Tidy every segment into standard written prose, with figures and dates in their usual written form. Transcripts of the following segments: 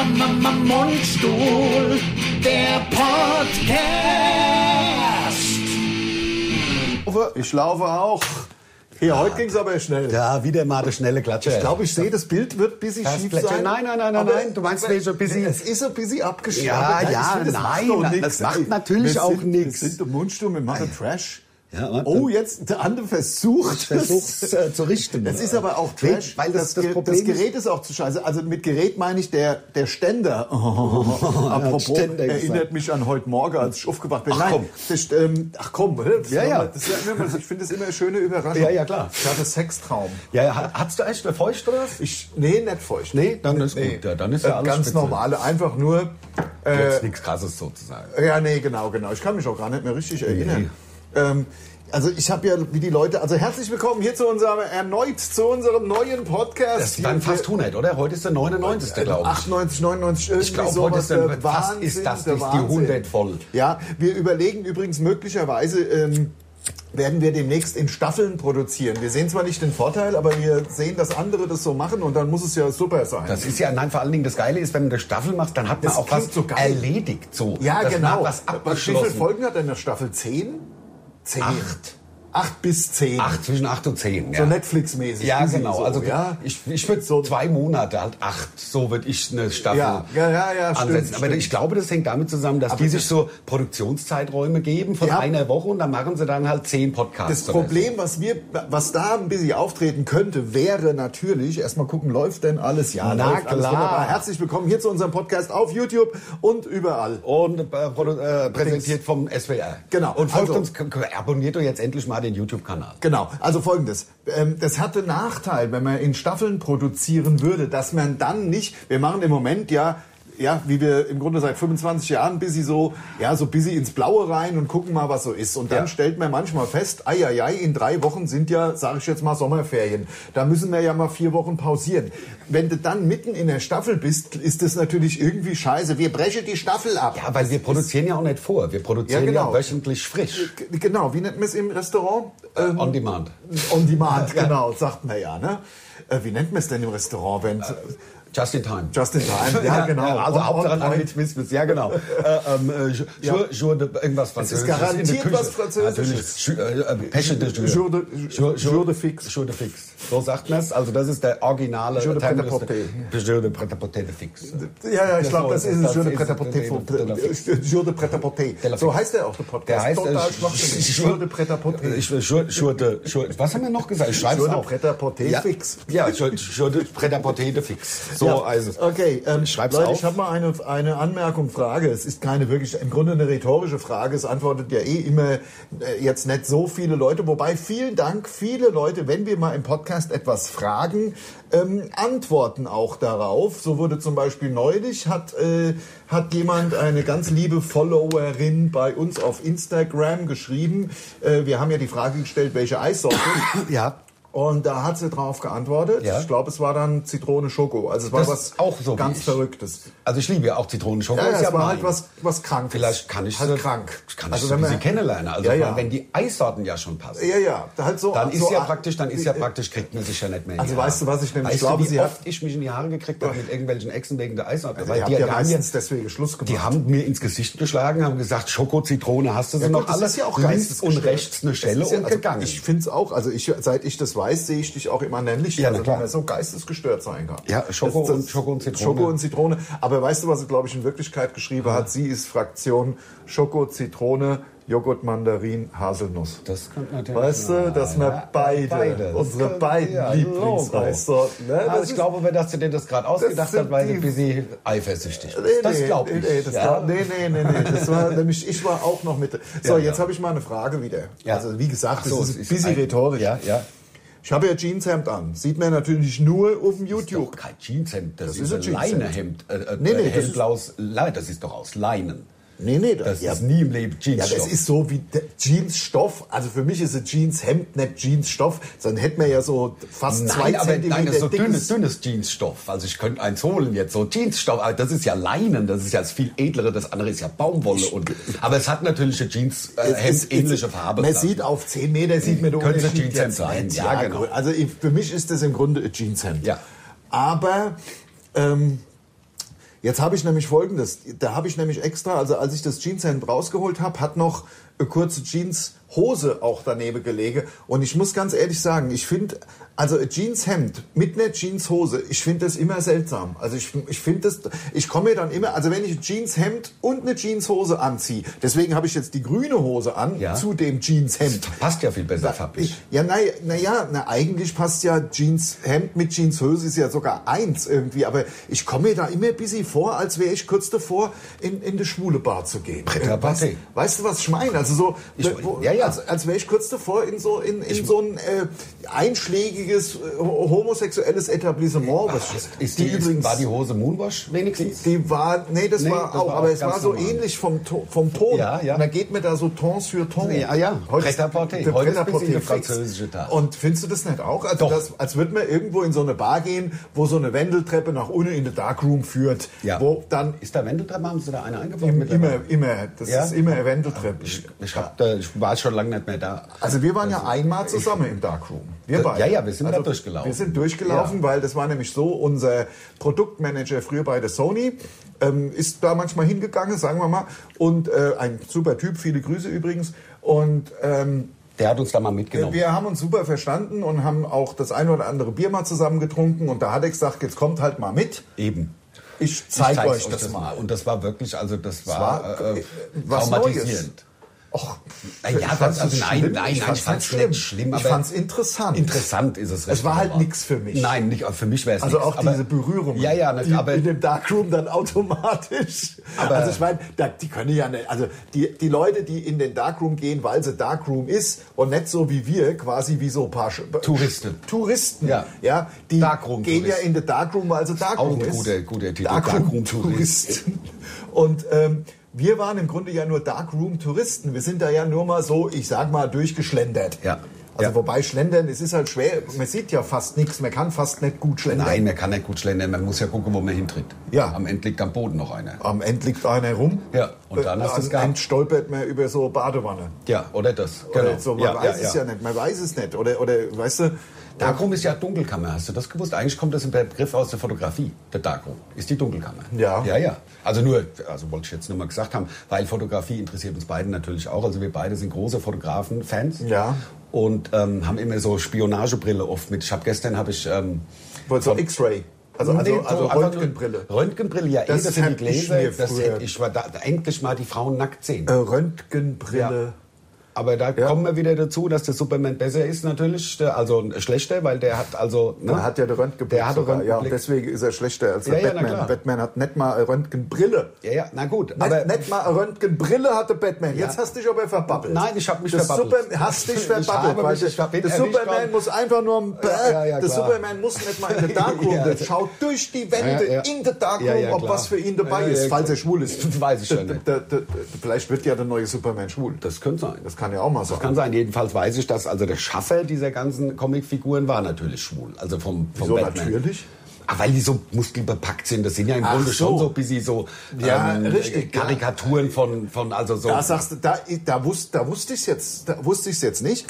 Mundstuhl, der Podcast. Ich laufe auch. Hier, heute ging es aber schnell. Ja, wieder mal der schnelle Klatscher. Ich glaube, ich sehe, das Bild wird ein bisschen schief sein. Nein. Du meinst, es ist ein bisschen... Es ist ein bisschen abgeschnitten. Das macht natürlich auch nichts. Wir sind im Mundstuhl, wir machen Trash. Ja, jetzt der andere versucht es zu richten. Es ist aber auch Trash, weil das Problem das Gerät ist auch zu scheiße. Also mit Gerät meine ich der Ständer. Apropos, Ständer erinnert mich an heute Morgen, als ich aufgewacht bin. Ach komm. Ja. Das ist ja immer, ich finde das immer eine schöne Überraschung. Ja, klar. Ich hatte Sextraum. Ja, hattest du echt eine feucht oder was? Nee, nicht feucht. Nee, dann ist gut. Ja, dann ist ja alles ganz spitze. normale, einfach nur... Jetzt nichts Krasses sozusagen. Ja, nee, genau. Ich kann mich auch gar nicht mehr richtig erinnern. Also ich habe ja, wie die Leute, also herzlich willkommen hier zu unserem neuen Podcast. Das waren fast 100, oder? Heute ist der 99. glaube ich. 98, 99, irgendwie ich glaube, sowas. Heute ist fast ist das die 100 voll. Ja, wir überlegen übrigens möglicherweise... werden wir demnächst in Staffeln produzieren. Wir sehen zwar nicht den Vorteil, aber wir sehen, dass andere das so machen und dann muss es ja super sein. Das ist ja, vor allen Dingen das Geile ist, wenn man eine Staffel macht, dann hat man auch was so erledigt. So. Ja, das genau. Was wie viele Folgen hat denn eine Staffel? 10? 10. 8 bis 10. Zwischen 8 und 10. So Netflix-mäßig. Ja, genau. So, also ja? ich würde so 2 Monate, halt 8, so würde ich eine Staffel ansetzen. Stimmt. Aber ich glaube, das hängt damit zusammen, dass die sich so Produktionszeiträume geben von einer Woche und dann machen sie dann halt 10 Podcasts. Das Problem, was da ein bisschen auftreten könnte, wäre natürlich, erstmal gucken, läuft denn alles? Ja, na klar. Herzlich willkommen hier zu unserem Podcast auf YouTube und überall. Und präsentiert vom SWR. Genau. Und folgt uns, abonniert doch jetzt endlich mal den YouTube-Kanal. Genau, also Folgendes. Das hatte Nachteil, wenn man in Staffeln produzieren würde, dass man dann nicht, wir machen im Moment ja, wie wir im Grunde seit 25 Jahren so busy ins Blaue rein und gucken mal, was so ist. Und dann stellt man manchmal fest, in 3 Wochen sind ja, sage ich jetzt mal, Sommerferien. Da müssen wir ja mal 4 Wochen pausieren. Wenn du dann mitten in der Staffel bist, ist das natürlich irgendwie scheiße. Wir brechen die Staffel ab. Ja, weil wir produzieren ja auch nicht vor. Wir produzieren ja wöchentlich frisch. Genau, wie nennt man es im Restaurant? On Demand. On Demand, genau, sagt man ja. Ne? Wie nennt man es denn im Restaurant, wenn... Just in time. Just in time, ja genau. Also Hauptsache mit Smith, ja genau. Jour de irgendwas Französisches. Es ist garantiert was Französisches. Natürlich. Jour de fixe. So sagt man es. Also das ist der originale... Jour de prêt-à-porter. Jour de prêt-à-porter de fixe. Ja, ich glaube, das ist es. Jour de prêt-à-porter. Jour de prêt-à-porter. So heißt der auch, der Podcast. Der heißt total schwachsinnig. Jour de prêt-à-porter. Was haben wir noch gesagt? Ich schreibe es auf. Jour de prêt-à-porter fix. Ja, Jour de prêt-à-porter de fixe. So, also. Okay, Leute, ich habe mal eine Anmerkung, Frage. Es ist keine wirklich, im Grunde eine rhetorische Frage. Es antwortet ja immer jetzt nicht so viele Leute. Wobei, vielen Dank, viele Leute, wenn wir mal im Podcast etwas fragen, antworten auch darauf. So wurde zum Beispiel neulich, hat jemand, eine ganz liebe Followerin bei uns auf Instagram geschrieben. Wir haben ja die Frage gestellt, welche Eissorte. Ja. Und da hat sie drauf geantwortet. Ja. Ich glaube, es war dann Zitrone Schoko. Also es war was auch so ganz Verrücktes. Also ich liebe ja auch Zitronen Schoko. Ja, es war halt was Krankes. Vielleicht kann ich halt krank. Kann ich ein bisschen kennenlernen. Also wenn die Eissorten ja schon passen. Ja. Halt so, dann ist ja praktisch, kriegt man sich ja nicht mehr in die Haare. Weißt du, was ich nämlich glaube, wie oft ich mich in die Haare gekriegt habe mit irgendwelchen Exen wegen der Eissorte. Also weil die haben ja meistens deswegen Schluss gemacht. Die haben mir ins Gesicht geschlagen, haben gesagt, Schoko, Zitrone, hast du sie noch alles? Das ist ja auch links und rechts eine Schelle und gegangen. Ich finde es auch, also seit ich das weiß, sehe ich dich auch immer nämlich, ja, also wenn man so geistesgestört sein kann. Ja, Schoko und Zitrone. Schoko und Zitrone. Aber weißt du, was sie, glaube ich, in Wirklichkeit geschrieben hat? Sie ist Fraktion Schoko, Zitrone, Joghurt, Mandarin, Haselnuss. Das könnte natürlich. Weißt du, dass wir unsere beiden Lieblingseissorten. Ne? Also ich glaube, dass du dir das gerade ausgedacht hast, weil du ein bisschen eifersüchtig bist. Das glaube ich. Nee. Das war nämlich, ich war auch noch mit. So, jetzt habe ich mal eine Frage wieder. Ja. Also wie gesagt, das ist ein bisschen rhetorisch. Ja. Ich habe ja Jeanshemd an. Sieht man natürlich nur auf dem YouTube. Das ist doch kein Jeanshemd, das ist ein Jeanshemd. Leinehemd. Hellblaues Lein, das ist doch aus Leinen. Nee, das ist nie im Leben Jeansstoff. Ja, das ist so wie Jeansstoff. Also für mich ist ein Jeanshemd nicht Jeansstoff. Dann hätten wir ja so fast 2 Zentimeter Nein, das ist so dünnes Jeansstoff. Also ich könnte eins holen jetzt, so Jeansstoff. Aber das ist ja Leinen, das ist ja das viel edlere. Das andere ist ja Baumwolle. Aber es hat natürlich eine Jeanshemd ähnliche Farbe. Man sieht auf 10 Meter, sieht man könnte ein Jeanshemd sein. Ja, genau. Also für mich ist das im Grunde ein Jeanshemd. Ja. Aber... Jetzt habe ich nämlich Folgendes. Da habe ich nämlich extra, also als ich das Jeanshemd rausgeholt habe, hat noch eine kurze Jeanshose auch daneben gelegen. Und ich muss ganz ehrlich sagen, ich finde, also ein Jeanshemd mit einer Jeanshose, ich finde das immer seltsam. Also ich finde das, ich komme mir dann immer, also wenn ich ein Jeanshemd und eine Jeanshose anziehe, deswegen habe ich jetzt die grüne Hose an zu dem Jeanshemd. Das passt ja viel besser farblich. Ja, eigentlich passt ja Jeanshemd mit Jeanshose ist ja sogar eins irgendwie, aber ich komme mir da immer ein bisschen vor, als wäre ich kurz davor, in die schwule Bar zu gehen. Weißt du, was ich meine? Also so, als wäre ich kurz davor in so ein einschlägiges homosexuelles Etablissement. War die Hose Moonwash wenigstens? Das war auch, aber es war so normal. Ähnlich vom Ton. Ja. Und da geht mir da so Ton sur Ton. Ja. Prêt-à-porter. Heute ist der französische Tag. Und findest du das nicht auch? Also als würde man irgendwo in so eine Bar gehen, wo so eine Wendeltreppe nach unten in den Darkroom führt. Ja. Wo dann ist da Wendeltreppe? Haben Sie da eine eingebaut? Immer. Das ist immer eine Wendeltreppe. Ich war schon lange nicht mehr da. Also wir waren ja einmal zusammen im Darkroom. Wir beide. Ja, wir sind da durchgelaufen. Wir sind durchgelaufen, weil das war nämlich so, unser Produktmanager früher bei der Sony ist da manchmal hingegangen, sagen wir mal, und ein super Typ, viele Grüße übrigens, und der hat uns da mal mitgenommen. Wir haben uns super verstanden und haben auch das eine oder andere Bier mal zusammen getrunken, und da hat er gesagt, jetzt kommt halt mal mit. Eben. Ich zeige euch das mal. Und das war wirklich, also das war traumatisierend. Och, nein, ich fand's nicht schlimm. Ich fand's interessant. Interessant ist es. Es war halt nichts für mich. Nein, nicht für mich wäre es also nichts. Also auch diese Berührung. Aber in dem Darkroom dann automatisch. Also ich meine, die können ja nicht, also die Leute, die in den Darkroom gehen, weil sie Darkroom ist und nicht so wie wir, quasi wie so ein paar Touristen, die Darkroom gehen ja in den Darkroom, weil sie Darkroom ist. Auch ein guter Titel. Darkroom-Touristen. Und wir waren im Grunde ja nur Darkroom-Touristen. Wir sind da ja nur mal so, ich sag mal, durchgeschlendert. Ja. Also wobei schlendern, es ist halt schwer, man sieht ja fast nichts, man kann fast nicht gut schlendern. Nein, man kann nicht gut schlendern, man muss ja gucken, wo man hintritt. Ja. Am Ende liegt am Boden noch einer. Am Ende liegt einer rum. Ja, und dann hast du es gehabt. Dann stolpert man über so Badewanne. Ja, oder das. Genau. Oder so, man weiß es ja nicht, man weiß es nicht. Oder weißt du... Darkroom ist ja Dunkelkammer, hast du das gewusst? Eigentlich kommt das im Begriff aus der Fotografie. Der Darkroom ist die Dunkelkammer. Ja. Ja. Also wollte ich jetzt nur mal gesagt haben, weil Fotografie interessiert uns beiden natürlich auch. Also wir beide sind große Fotografen-Fans. Ja. Und haben immer so Spionagebrille oft mit. Gestern habe ich... so X-Ray. Also Röntgenbrille. Röntgenbrille, ja, das für die Gläser. Das hätte ich endlich mal die Frauen nackt sehen. Röntgenbrille. Ja. Aber da kommen wir wieder dazu, dass der Superman besser ist natürlich, also schlechter, weil der hat also... Ne? Der hat ja den Röntgenblick. Ja, und deswegen ist er schlechter als der Batman. Batman hat nicht mal eine Röntgenbrille. Ja, na gut. Aber nicht mal eine Röntgenbrille hatte Batman. Jetzt hast du dich aber verbabbelt. Nein, ich habe mich verbabbelt. Hast dich verbabbelt. Der Superman muss einfach nur... Der Superman muss nicht mal in den Darkroom. Der schaut durch die Wände in den Darkroom, ob was für ihn dabei ist, falls er schwul ist. Das weiß ich ja nicht. Vielleicht wird ja der neue Superman schwul. Das könnte sein. Das kann ja auch mal sein. Das kann sein. Jedenfalls weiß ich, dass also der Schaffer dieser ganzen Comicfiguren war natürlich schwul. Also vom Wieso Batman. Natürlich? Weil die so muskelbepackt sind. Das sind ja im Grunde schon so ein bisschen so richtig, Karikaturen von also so. Da sagst du, da wusste ich es jetzt nicht.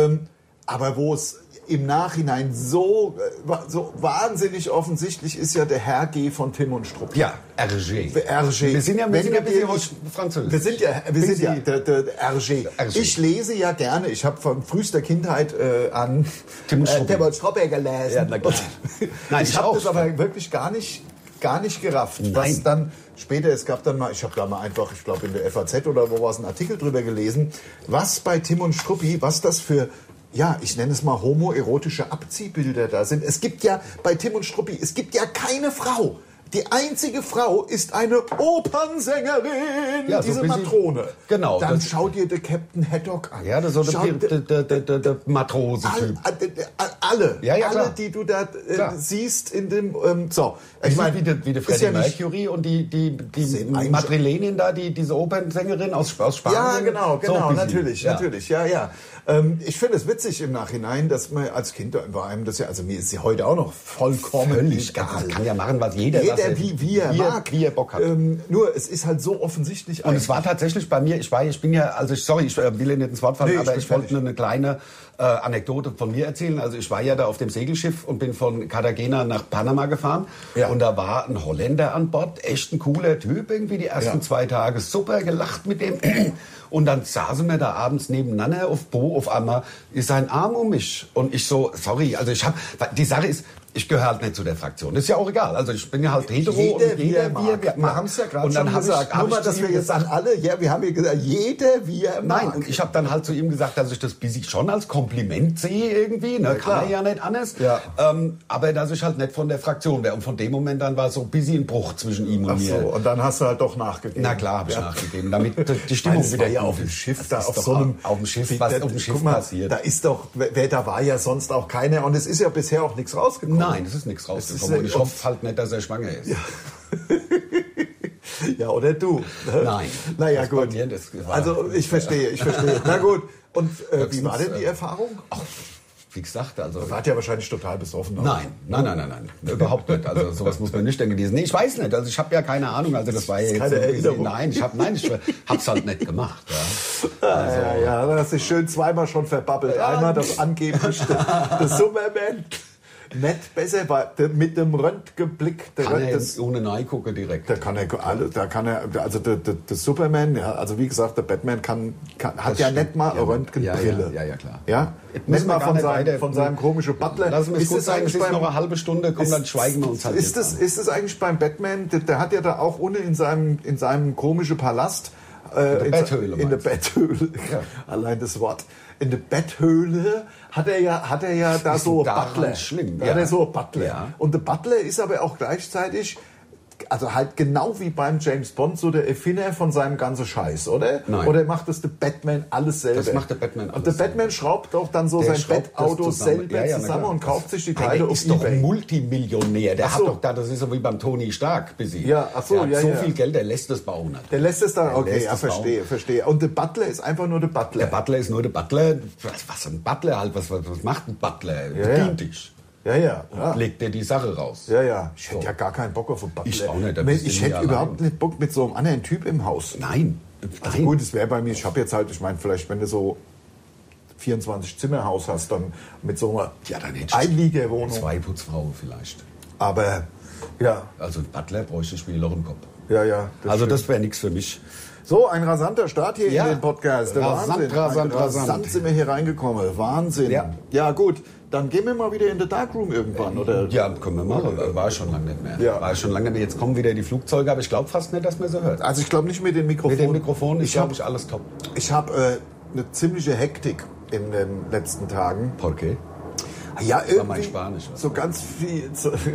Aber wo es im Nachhinein so wahnsinnig offensichtlich ist, ja der Herr G. von Tim und Struppi. Ja, RG. RG. Wir sind ja ein bisschen französisch. Wir sind ja der RG. Ich lese ja gerne, ich habe von frühester Kindheit an Tim und Struppi gelesen. Ja, na klar. Nein, ich habe das aber wirklich gar nicht gerafft. Nein. Was dann später, es gab dann mal, ich habe da mal einfach, ich glaube in der FAZ oder wo war es, einen Artikel drüber gelesen, was bei Tim und Struppi, was das für... Ja, ich nenne es mal homoerotische Abziehbilder da sind. Es gibt ja bei Tim und Struppi, es gibt ja keine Frau. Die einzige Frau ist eine Opernsängerin, ja, so diese Matrone. Genau. Dann schau dir den Captain Haddock an. Ja, das ist so der Matrose-Typ. Alle, klar. die du da siehst in dem... ich meine, wie der Freddie Mercury und die Madrilenin da, diese Opernsängerin aus Spanien. Ja, genau, so natürlich, ja. Ich finde es witzig im Nachhinein, dass man als Kind war einem das ja, also mir ist sie heute auch noch vollkommen egal. Das kann ja machen, was jeder jeder wie er mag. Wie er Bock hat. Nur, es ist halt so offensichtlich. Und es war tatsächlich bei mir, ich bin ja, also ich will Ihnen nicht ins Wort fallen, aber ich wollte nur eine kleine Anekdote von mir erzählen. Also ich war ja da auf dem Segelschiff und bin von Cartagena nach Panama gefahren. Ja. Und da war ein Holländer an Bord, echt ein cooler Typ irgendwie, die ersten 2 Tage super gelacht mit dem. Und dann saßen wir da abends nebeneinander auf einmal ist sein Arm um mich. Und ich so, sorry, also die Sache ist, ich gehöre halt nicht zu der Fraktion. Das ist ja auch egal. Also ich bin ja halt hetero jeder, und jeder wie er mag. Wir haben es ja gerade schon gesagt. Nur mal, dass wir jetzt an alle, wir haben ja gesagt, jeder wie er mag. Nein, und ich habe dann halt zu ihm gesagt, dass ich das bis schon als Kompliment sehe irgendwie. Ne? Kann er ja nicht anders. Ja. Aber dass ich halt nicht von der Fraktion wäre. Und von dem Moment dann war so ein bisschen ein Bruch zwischen ihm und mir. Ach so, und dann hast du halt doch nachgegeben. Na klar, habe ich nachgegeben. Damit die Stimmung wieder ja auf dem Schiff. Da auf so einem Schiff, was auf dem Schiff passiert. Da ist doch, da war ja sonst auch keiner. Und es ist ja bisher auch nichts rausgekommen. Nein, es ist nichts rausgekommen. Und ich hoffe halt nicht, dass er schwanger ist. Ja. Ja, oder du. Nein. Naja, gut. Also ich verstehe. Na gut. Und wie war denn die Erfahrung? Ach, wie gesagt, also... Du wart ja wahrscheinlich total besoffen. Nein. Überhaupt nicht. Also sowas muss man nicht denken. Nee, ich weiß nicht. Also ich habe ja keine Ahnung. Also das war ja jetzt... Keine Erinnerung. Ich hab's halt nicht gemacht. Ja. Also, ja, das ist schön zweimal schon verbabbelt. Einmal das angebliche Superman. Nicht besser mit dem Röntgenblick. Kann er ohne Nein gucken direkt. Also der Superman, ja, also wie gesagt, der Batman hat ja nicht mal eine Röntgenbrille. Ja, klar. Ja? Nicht mal von seinem komischen Butler. Lass uns gut sein, es ist noch eine halbe Stunde, komm, dann schweigen wir uns halt. Ist es eigentlich beim Batman, der hat ja da auch unten in seinem komischen Palast, in der Betthöhle. Ja. Allein das Wort. In der Betthöhle hat er ja da so Butler. Schlimm. Da hat er so Butler. Ja. Und der Butler ist aber auch gleichzeitig, also halt genau wie beim James Bond, so der Erfinder von seinem ganzen Scheiß, oder? Nein. Oder macht das der Batman alles selber? Das macht der Batman alles Und der Batman schraubt auch dann so sein Bettauto selber zusammen und kauft sich die Teile auf eBay. Der ist doch Multimillionär. Der hat doch da, das ist so wie beim Tony Stark. Ja, ach so, der hat so viel Geld, der lässt das bauen. Der lässt es dann, okay, ja, verstehe. Und der Butler ist einfach nur der Butler. Der Butler ist nur der Butler. Was ein Butler halt, was macht ein Butler? Bedient dich. Ja. Und legt dir die Sache raus. Ja. Ich hätte ja gar keinen Bock auf einen Butler. Ich auch nicht. Ich hätte überhaupt nicht Bock mit so einem anderen Typ im Haus. Nein. Also gut, es wäre bei mir, ich habe jetzt halt, ich meine, vielleicht wenn du so 24 Zimmerhaus hast, dann mit so einer Einliegerwohnung. 2 Putzfrauen vielleicht. Aber, ja. Also Butler bräuchte ich wie Loch im Kopf. Ja. Das wäre nichts für mich. So, ein rasanter Start hier in den Podcast. Rasant sind wir hier reingekommen. Wahnsinn. Ja, gut. Dann gehen wir mal wieder in den Darkroom irgendwann, oder? Ja, können wir machen. War schon lange nicht mehr. Ja. War schon lange nicht mehr. Jetzt kommen wieder die Flugzeuge, aber ich glaube fast nicht, dass man sie hört. Also ich glaube nicht mit den Mikrofonen. Mit den Mikrofonen ist, glaube ich, alles top. Ich habe eine ziemliche Hektik in den letzten Tagen. ¿Por qué? Ja, irgendwie. War mein Spanisch. So ganz viel.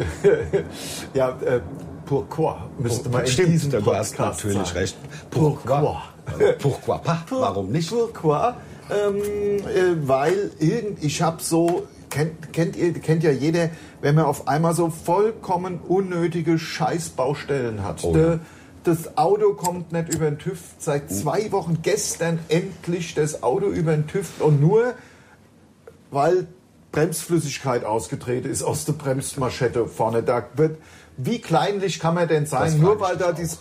Pourquoi müsste man in diesem du hast Podcast natürlich sagen. recht. Pourquoi? Pourquoi pas? Warum nicht? Pourquoi? Weil ich habe so, kennt ja jeder, wenn man auf einmal so vollkommen unnötige Scheißbaustellen hat. Oh, ja. Das Auto kommt nicht über den TÜV. Seit 2 Wochen, gestern endlich das Auto über den TÜV. Und nur, weil Bremsflüssigkeit ausgetreten ist aus der Bremsmaschette vorne. Da wird, wie kleinlich kann man denn sein? Nur weil da das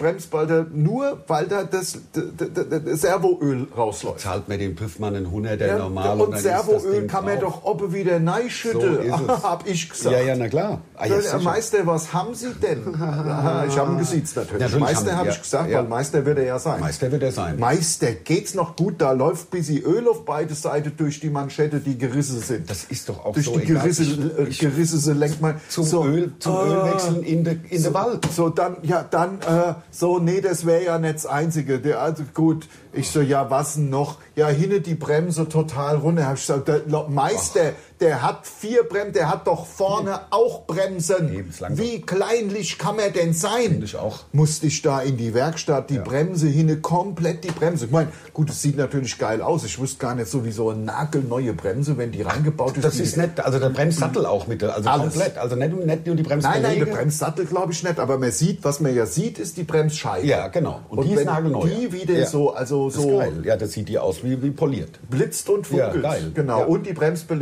Servoöl rausläuft. Zahlt mir den Püffmann einen 100er normal. Und Servoöl kann man doch oben wieder neischütten, hab ich gesagt. Ja, na klar. Meister, was haben Sie denn? Ich habe ihn gesiezt natürlich. Meister habe ich gesagt, weil Meister wird er ja sein. Meister wird er sein. Meister, geht's noch gut? Da läuft ein bisschen Öl auf beide Seiten durch die Manschette, die gerissen sind. Das ist doch auch durch so die Gerisse lenkt man. Zum Ölwechseln in der Wald. So, nee, das wäre ja nicht das Einzige. Also gut, ich so, ja, was denn noch? Ja, hinten die Bremse total runter. Hab ich gesagt, der Meister, der hat 4 Bremsen, der hat doch vorne auch Bremsen. Wie kleinlich kann man denn sein? Finde ich auch. Musste ich da in die Werkstatt, die Bremse hinten, komplett die Bremse. Ich meine, gut, es sieht natürlich geil aus. Ich wusste gar nicht, sowieso eine nagelneue Bremse, wenn die reingebaut ist. Das ist nett, also der Bremssattel auch mit, also alles. Komplett. Also nicht nur die Bremsbeläge. Nein, der Bremssattel glaube ich nicht, aber man sieht, was man ja sieht, ist die Bremsscheibe. Ja, genau. Und die ist nagelneu. Die wieder so, also das ist geil. Ja, das sieht die aus wie poliert. Blitzt und funkelt. Ja, geil. Genau. Ja. Und die Bremsbeläge. Also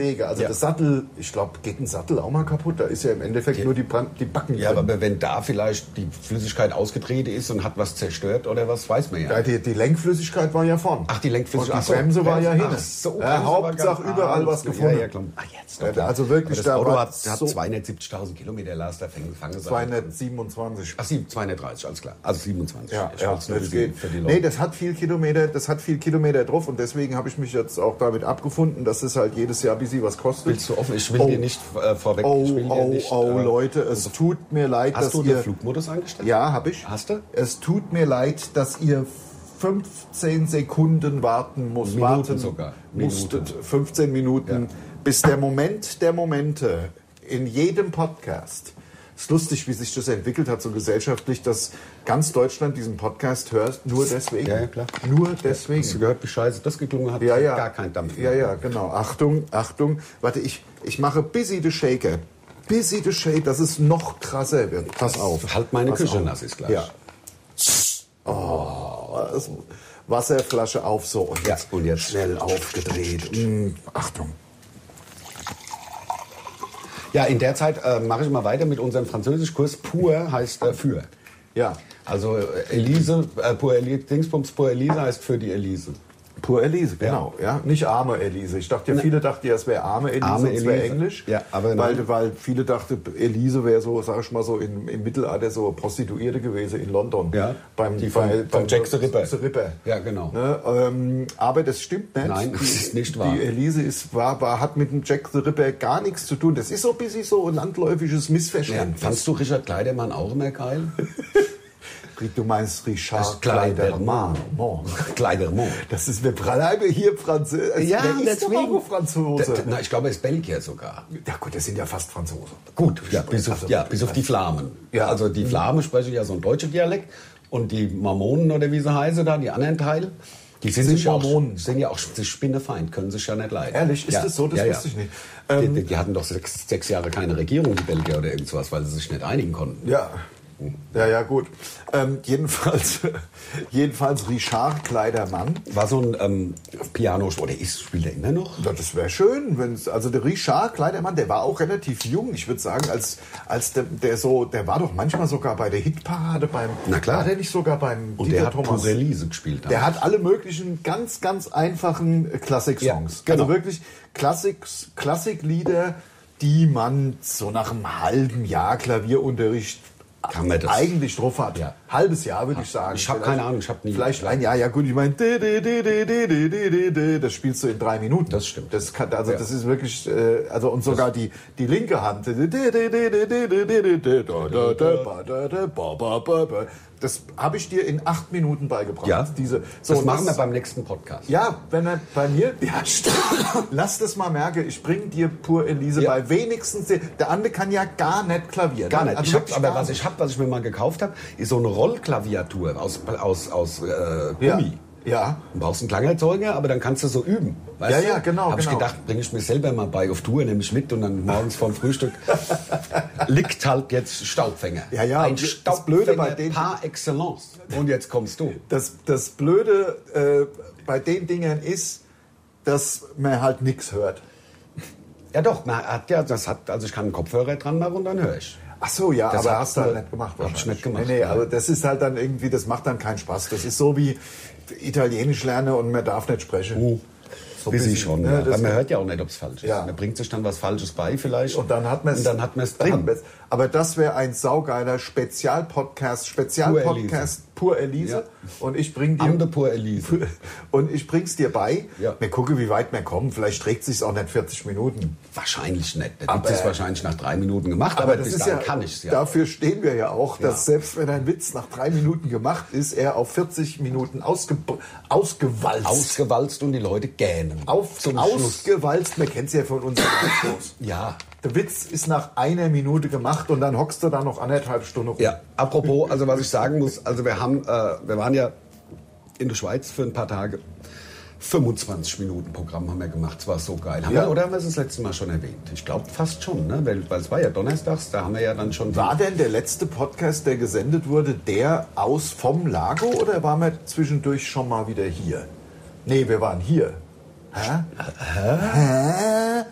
der Sattel, ich glaube, geht ein Sattel auch mal kaputt? Da ist ja im Endeffekt nur die Backen Ja, drin. aber wenn da vielleicht die Flüssigkeit ausgetreten ist und hat was zerstört oder was, weiß man ja. Die Lenkflüssigkeit war ja vorn. Ach, die Lenkflüssigkeit. Und die Bremse war ja hin. Ach so, Hauptsache überall was gefunden. Ja, klar. Ach, jetzt doch. Also wirklich, aber das Auto hat so 270.000 Kilometer Laster fangen. 227. Ach, 230, alles klar. Also 27. Ja, das geht. Für die Leute. Nee, das hat viel Kilometer drauf und deswegen habe ich mich jetzt auch damit abgefunden, dass es halt jedes Jahr ein bisschen was kostet. Willst du offen? Ich will dir nicht vorweg. Leute, es tut mir leid, dass Hast du den Flugmodus eingestellt? Ja, habe ich. Hast du? Es tut mir leid, dass ihr 15 Sekunden warten musstet. Minuten sogar. 15 Minuten, bis der Moment der Momente in jedem Podcast. Es ist lustig, wie sich das entwickelt hat, so gesellschaftlich, dass ganz Deutschland diesen Podcast hört, nur deswegen. Ja, klar. Nur deswegen. Hast du gehört, wie scheiße das geklungen hat? Ja. Gar kein Dampf mehr. Ja, genau. Achtung. Warte, ich mache Busy the Shaker. Busy the Shake, dass es noch krasser wird. Pass auf. Halt meine Küche nass ist gleich. Ja. Oh, Wasserflasche auf so. Und jetzt schnell aufgedreht. Achtung. Ja, in der Zeit mache ich mal weiter mit unserem Französischkurs. Pour heißt für. Ja. Also Elise, pour Elise, Dingsbums pour Elise heißt für die Elise. Pour Elise, genau. Ja. Nicht arme Elise. Ich dachte ja, viele dachten ja, es wäre arme Elise, und es wäre Englisch. Ja, aber weil viele dachten, Elise wäre so, sag ich mal so, im Mittelalter so Prostituierte gewesen in London. Ja, beim Jack the Ripper. Ja, genau. Ne? Aber das stimmt nicht. Nein, das ist nicht wahr. Die Elise hat mit dem Jack the Ripper gar nichts zu tun. Das ist so ein bisschen so ein landläufiges Missverständnis. Ja, fandst du Richard Kleidermann auch immer geil? Du meinst Richard Kleidermann. Kleidermann. Das ist, wir bleiben hier Französisch. Ja, der ist doch auch Franzose. Ich glaube, er ist Belgier sogar. Ja gut, das sind ja fast Franzosen. Gut, bis auf die Flamen. Ja. Also die Flamen sprechen ja so einen deutschen Dialekt. Und die Mormonen oder wie sie heißen da, die anderen Teile, die sind ja auch spinnefeind, können sich ja nicht leiden. Ehrlich, ist das so? Das wusste ich nicht. Die hatten doch sechs Jahre keine Regierung, die Belgier oder irgendwas, weil sie sich nicht einigen konnten. Ja, gut. Jedenfalls Richard Kleidermann. War so ein Piano, oder spielt er immer noch? Ja, das wäre schön. Also der Richard Kleidermann, der war auch relativ jung. Ich würde sagen, der war doch manchmal sogar bei der Hitparade Na klar. War der nicht sogar beim Und Dieter der hat Thomas Pour Elise gespielt. Der hat alle möglichen ganz, ganz einfachen Klassik-Songs. Ja, genau. Also wirklich Klassiklieder, die man so nach einem halben Jahr Klavierunterricht eigentlich drauf hat. Ja. Halbes Jahr, würde ich sagen. Ich habe keine Ahnung, ich habe nie. Vielleicht ein Jahr, ja gut, ich meine, das spielst du in 3 Minuten. Das stimmt. Das ist wirklich, und sogar die linke Hand. Das habe ich dir in 8 Minuten beigebracht. Ja, das machen wir beim nächsten Podcast. Ja, wenn er bei mir... Ja, stimmt. Lass das mal merken. Ich bringe dir Pour Elise bei. Wenigstens... Der andere kann ja gar nicht Klavier. Gar nicht. Also was ich mir mal gekauft habe, ist so eine Rollklaviatur aus Gummi. Ja. Du brauchst einen Klangerzeuger, aber dann kannst du so üben. Weißt du? Genau. Habe ich gedacht, bringe ich mir selber mal bei auf Tour, nehme ich mit und dann morgens vorm Frühstück liegt halt jetzt Staubfänger. Ja. Ein Staubfänger par excellence. Und jetzt kommst du. Das Blöde bei den Dingern ist, dass man halt nichts hört. Ja doch, also ich kann einen Kopfhörer dran machen und dann höre ich. Ach so, ja, das aber hast du halt nicht gemacht. Hab ich nicht gemacht. Nee, aber das ist halt dann irgendwie, das macht dann keinen Spaß. Das ist so wie Italienisch lernen und man darf nicht sprechen. So wie sie schon. Ja. Weil man hört ja auch nicht, ob es falsch ist. Ja. Man bringt sich dann was Falsches bei vielleicht. Und dann hat man es drin. Aber das wäre ein saugeiler Spezialpodcast Pour Elise. Ja. Und ich bring dir Pour Elise. Und ich bring's dir bei. Ja. Wir gucken, wie weit wir kommen. Vielleicht trägt sich's auch nicht 40 Minuten. Wahrscheinlich nicht. Der Witz ist wahrscheinlich nach 3 Minuten gemacht. Aber das bis ist dahin kann ich's ja. Dafür stehen wir ja auch, dass selbst wenn ein Witz nach 3 Minuten gemacht ist, er auf 40 Minuten ausgewalzt. Ausgewalzt und die Leute gähnen. Ausgewalzt. Man kennt's ja von unseren Shows. Ja. Der Witz ist nach 1 Minute gemacht und dann hockst du da noch 1,5 Stunden rum. Ja, apropos, also was ich sagen muss, also wir waren ja in der Schweiz für ein paar Tage. 25 Minuten Programm haben wir gemacht, es war so geil. Oder haben wir es das letzte Mal schon erwähnt? Ich glaube fast schon, ne? Weil es war ja donnerstags, da haben wir ja dann schon... War denn der letzte Podcast, der gesendet wurde, der vom Lago oder waren wir zwischendurch schon mal wieder hier? Nee, wir waren hier. Hä?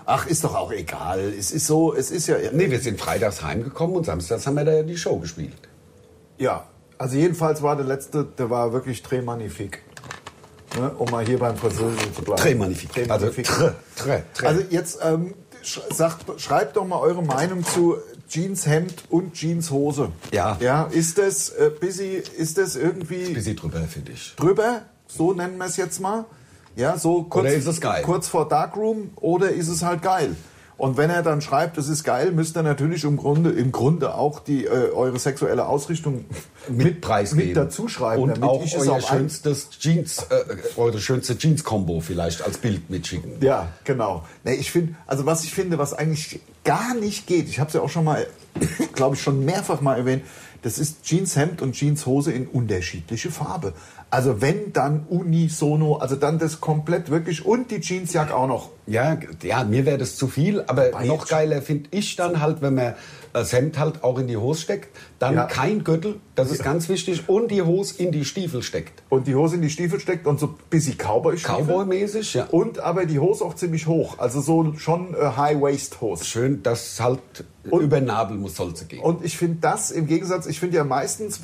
Ach, ist doch auch egal. Es ist so, es ist ja... Nee, wir sind freitags heimgekommen und samstags haben wir da die Show gespielt. Ja, also jedenfalls war der letzte, der war wirklich très magnifique. Ne? Um mal hier beim Französischen zu bleiben. Très magnifique. Très magnifique. Also, très. Also jetzt schreibt doch mal eure Meinung zu Jeanshemd und Jeanshose. Ja. Ja, ist das irgendwie... Bisschen drüber, finde ich. Drüber, so nennen wir es jetzt mal. Ja, so kurz, oder ist es geil? Kurz vor Darkroom, oder ist es halt geil? Und wenn er dann schreibt, es ist geil, müsst ihr natürlich im Grunde auch die eure sexuelle Ausrichtung mit preisgeben. Mit dazu schreiben. Und auch eure schönste Jeans-Kombo vielleicht als Bild mitschicken. Ja, genau. Nee, was ich finde, was eigentlich gar nicht geht, ich habe es ja auch schon mal, glaube ich, schon mehrfach mal erwähnt, das ist Jeanshemd und Jeanshose in unterschiedliche Farbe. Also wenn, dann unisono, also dann das komplett wirklich und die Jeansjacke auch noch. Ja, mir wäre das zu viel, aber noch geiler finde ich dann halt, wenn man das Hemd halt auch in die Hose steckt, dann kein Gürtel, das ist ganz wichtig, und die Hose in die Stiefel steckt. Und die Hose in die Stiefel steckt und so ein bisschen Cowboy-mäßig, ja. Und aber die Hose auch ziemlich hoch, also so schon High-Waist-Hose. Schön, dass halt über den Nabel soll es gehen. Und ich finde das im Gegensatz, ich finde ja meistens...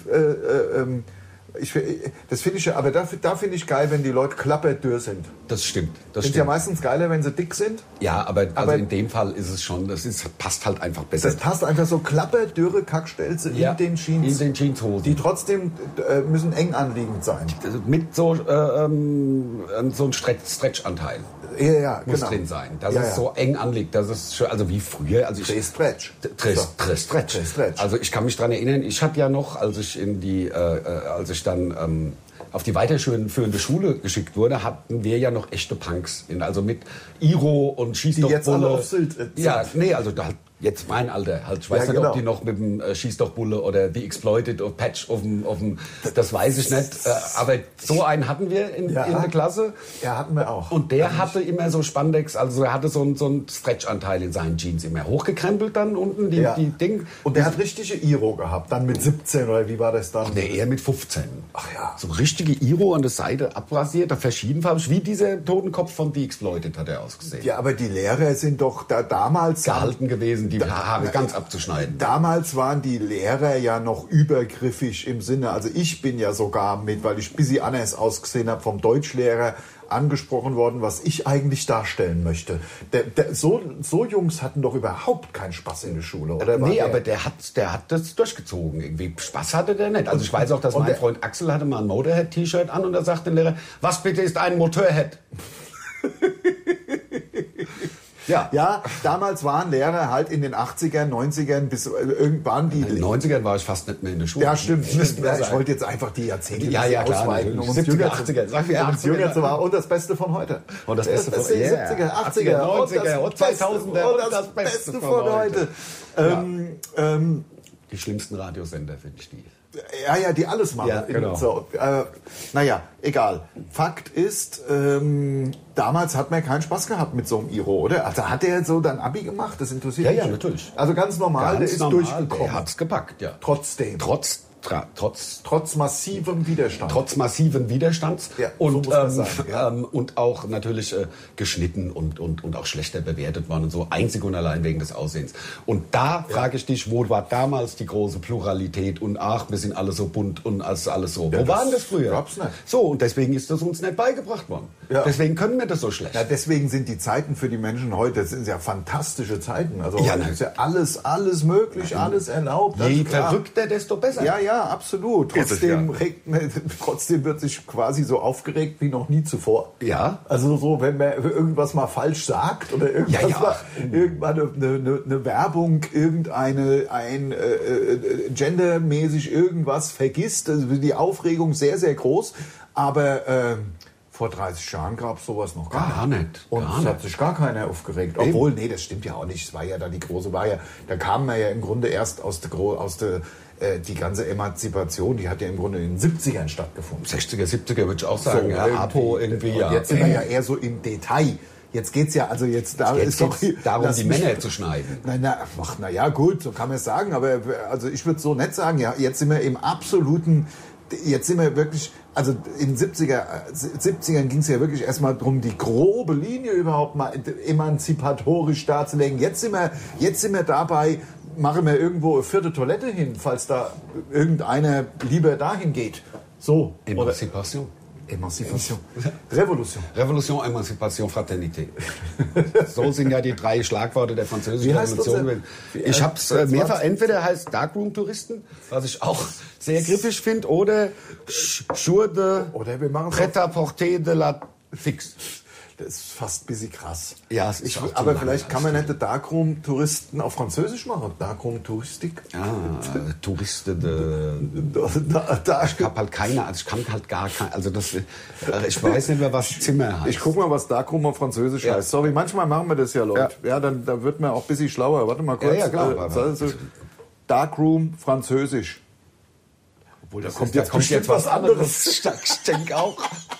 das finde ich ja, aber da finde ich geil, wenn die Leute klapperdürr sind. Das stimmt. Das ist ja meistens geiler, wenn sie dick sind. Ja, aber in dem Fall ist es schon, passt halt einfach besser. Das passt einfach so klapperdürre Kackstelze in den Jeans. In den Jeanshosen. Die trotzdem müssen eng anliegend sein. Mit so ein Stretch-Anteil. Ja, muss genau. drin sein. Dass es so eng anliegt. Das ist schon, also wie früher. Also Stretch. Stretch. Also ich kann mich daran erinnern, ich hatte ja noch, als ich dann auf die weiterführende Schule geschickt wurde, hatten wir ja noch echte Punks. Also mit Iro und Schieß doch Bulle. Die jetzt alle auf Sylt sind. Ja, nee, also da jetzt mein Alter. Halt, ich weiß nicht, ob die noch mit dem Schieß doch Bulle oder The Exploited oder Patch auf dem das weiß ich nicht. Aber so einen hatten wir in der Klasse. Ja, hatten wir auch. Und der hatte immer so Spandex, also er hatte so einen Stretch-Anteil in seinen Jeans immer. Hochgekrempelt dann unten, die Ding. Und der hat richtige Iro gehabt, dann mit 17 oder wie war das dann? Nee, eher mit 15. Ach ja. So richtige Iro an der Seite abrasiert, verschiedenfarbig, wie dieser Totenkopf von The Exploited hat er ausgesehen. Ja, aber die Lehrer sind doch damals... gehalten gewesen, die Haare ganz abzuschneiden. Damals waren die Lehrer ja noch übergriffig im Sinne, also ich bin ja sogar weil ich ein bisschen anders ausgesehen habe, vom Deutschlehrer angesprochen worden, was ich eigentlich darstellen möchte. So Jungs hatten doch überhaupt keinen Spaß in der Schule, oder? Nee, aber der hat das durchgezogen. Irgendwie Spaß hatte der nicht. Also ich weiß auch, dass mein Freund Axel hatte mal ein Motorhead-T-Shirt an und da sagte der Lehrer, was bitte ist ein Motorhead? Ja, damals waren Lehrer halt in den 80ern, 90ern, bis irgendwann die... In den 90ern war ich fast nicht mehr in der Schule. Ja, stimmt. Ja, ich wollte jetzt einfach die Jahrzehnte ausweiten. Um 70er, 80er. Sag mir 80er zu machen. Und das Beste von heute. Und das Beste von 70er, 80er, 90er und 2000er und das Beste von heute. Die schlimmsten Radiosender, finde ich die. Ja, die alles machen. Ja, genau. So, naja, egal. Fakt ist, damals hat man keinen Spaß gehabt mit so einem Iro, oder? Also hat er so dann Abi gemacht? Das interessiert mich. Ja, natürlich. Also ganz normal, der ist durchgekommen. Der hat's gepackt, ja. Trotzdem. Trotz massivem Widerstand. Trotz massiven Widerstands. Ja, und, so muss man sagen, ja. Und auch natürlich geschnitten und auch schlechter bewertet worden und so, einzig und allein wegen des Aussehens. Und da frage ich dich, wo war damals die große Pluralität und ach, wir sind alle so bunt und alles so. Ja, wo waren das früher? Gab's nicht. So, und deswegen ist das uns nicht beigebracht worden. Ja. Deswegen können wir das so schlecht. Ja, deswegen sind die Zeiten für die Menschen heute, das sind ja fantastische Zeiten. Also ja, ist ja alles möglich, alles erlaubt. Je verrückter, desto besser. Ja, absolut. Trotzdem wird sich quasi so aufgeregt wie noch nie zuvor. Ja. Also so, wenn man irgendwas mal falsch sagt oder irgendwas irgendwann eine Werbung, gendermäßig irgendwas vergisst, also die Aufregung sehr, sehr groß. Aber vor 30 Jahren gab es sowas noch gar nicht. Und es hat sich gar keiner aufgeregt. Obwohl, nee, das stimmt ja auch nicht. Es war ja da die große, da kamen wir ja im Grunde erst die ganze Emanzipation, die hat ja im Grunde in den 70ern stattgefunden. 60er, 70er würde ich auch sagen. So, ja, APO irgendwie, und jetzt sind wir ja eher so im Detail. Jetzt geht's ja, also jetzt darum, die Männer zu schneiden. Na ja, gut, so kann man es sagen. Aber also ich würde so nicht sagen. Ja, jetzt sind wir im absoluten jetzt sind wir wirklich, also in den 70ern ging es ja wirklich erstmal darum, die grobe Linie überhaupt mal emanzipatorisch darzulegen. Jetzt sind wir dabei, machen wir irgendwo eine 4. Toilette hin, falls da irgendeiner lieber dahin geht. So. Emanzipation. Emanzipation. Revolution. Revolution, Emanzipation, Fraternité. So sind ja die 3 Schlagworte der französischen Revolution. Ich habe es mehrfach, entweder heißt Darkroom-Touristen, was ich auch sehr griffisch finde, oder Jour de Prêt-à-porter de la Fixe. Das ist fast ein bisschen krass. Ja, aber vielleicht kann man nicht Darkroom-Touristen auf Französisch machen. Darkroom-Touristik. Touristen. Ich habe halt keine, also ich kann halt gar keine, also das, ich weiß nicht mehr, was Zimmer heißt. Ich guck mal, was Darkroom auf Französisch heißt. Sorry, manchmal machen wir das ja, Leute. Ja, dann da wird man auch ein bisschen schlauer. Warte mal kurz. Ja, klar. Darkroom, Französisch. Obwohl, da kommt jetzt was anderes. Ich denke auch.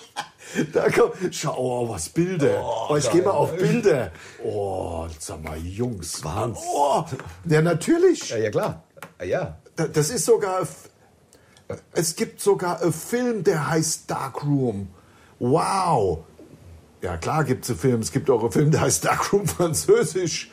Schau, was Bilder. Ich gehe mal auf Bilder. Sag mal, Jungs. Wahnsinn. Ja, natürlich. Ja, klar. Ja. Das ist sogar... Es gibt sogar einen Film, der heißt Darkroom. Wow. Ja, klar gibt es einen Film. Es gibt auch einen Film, der heißt Darkroom französisch.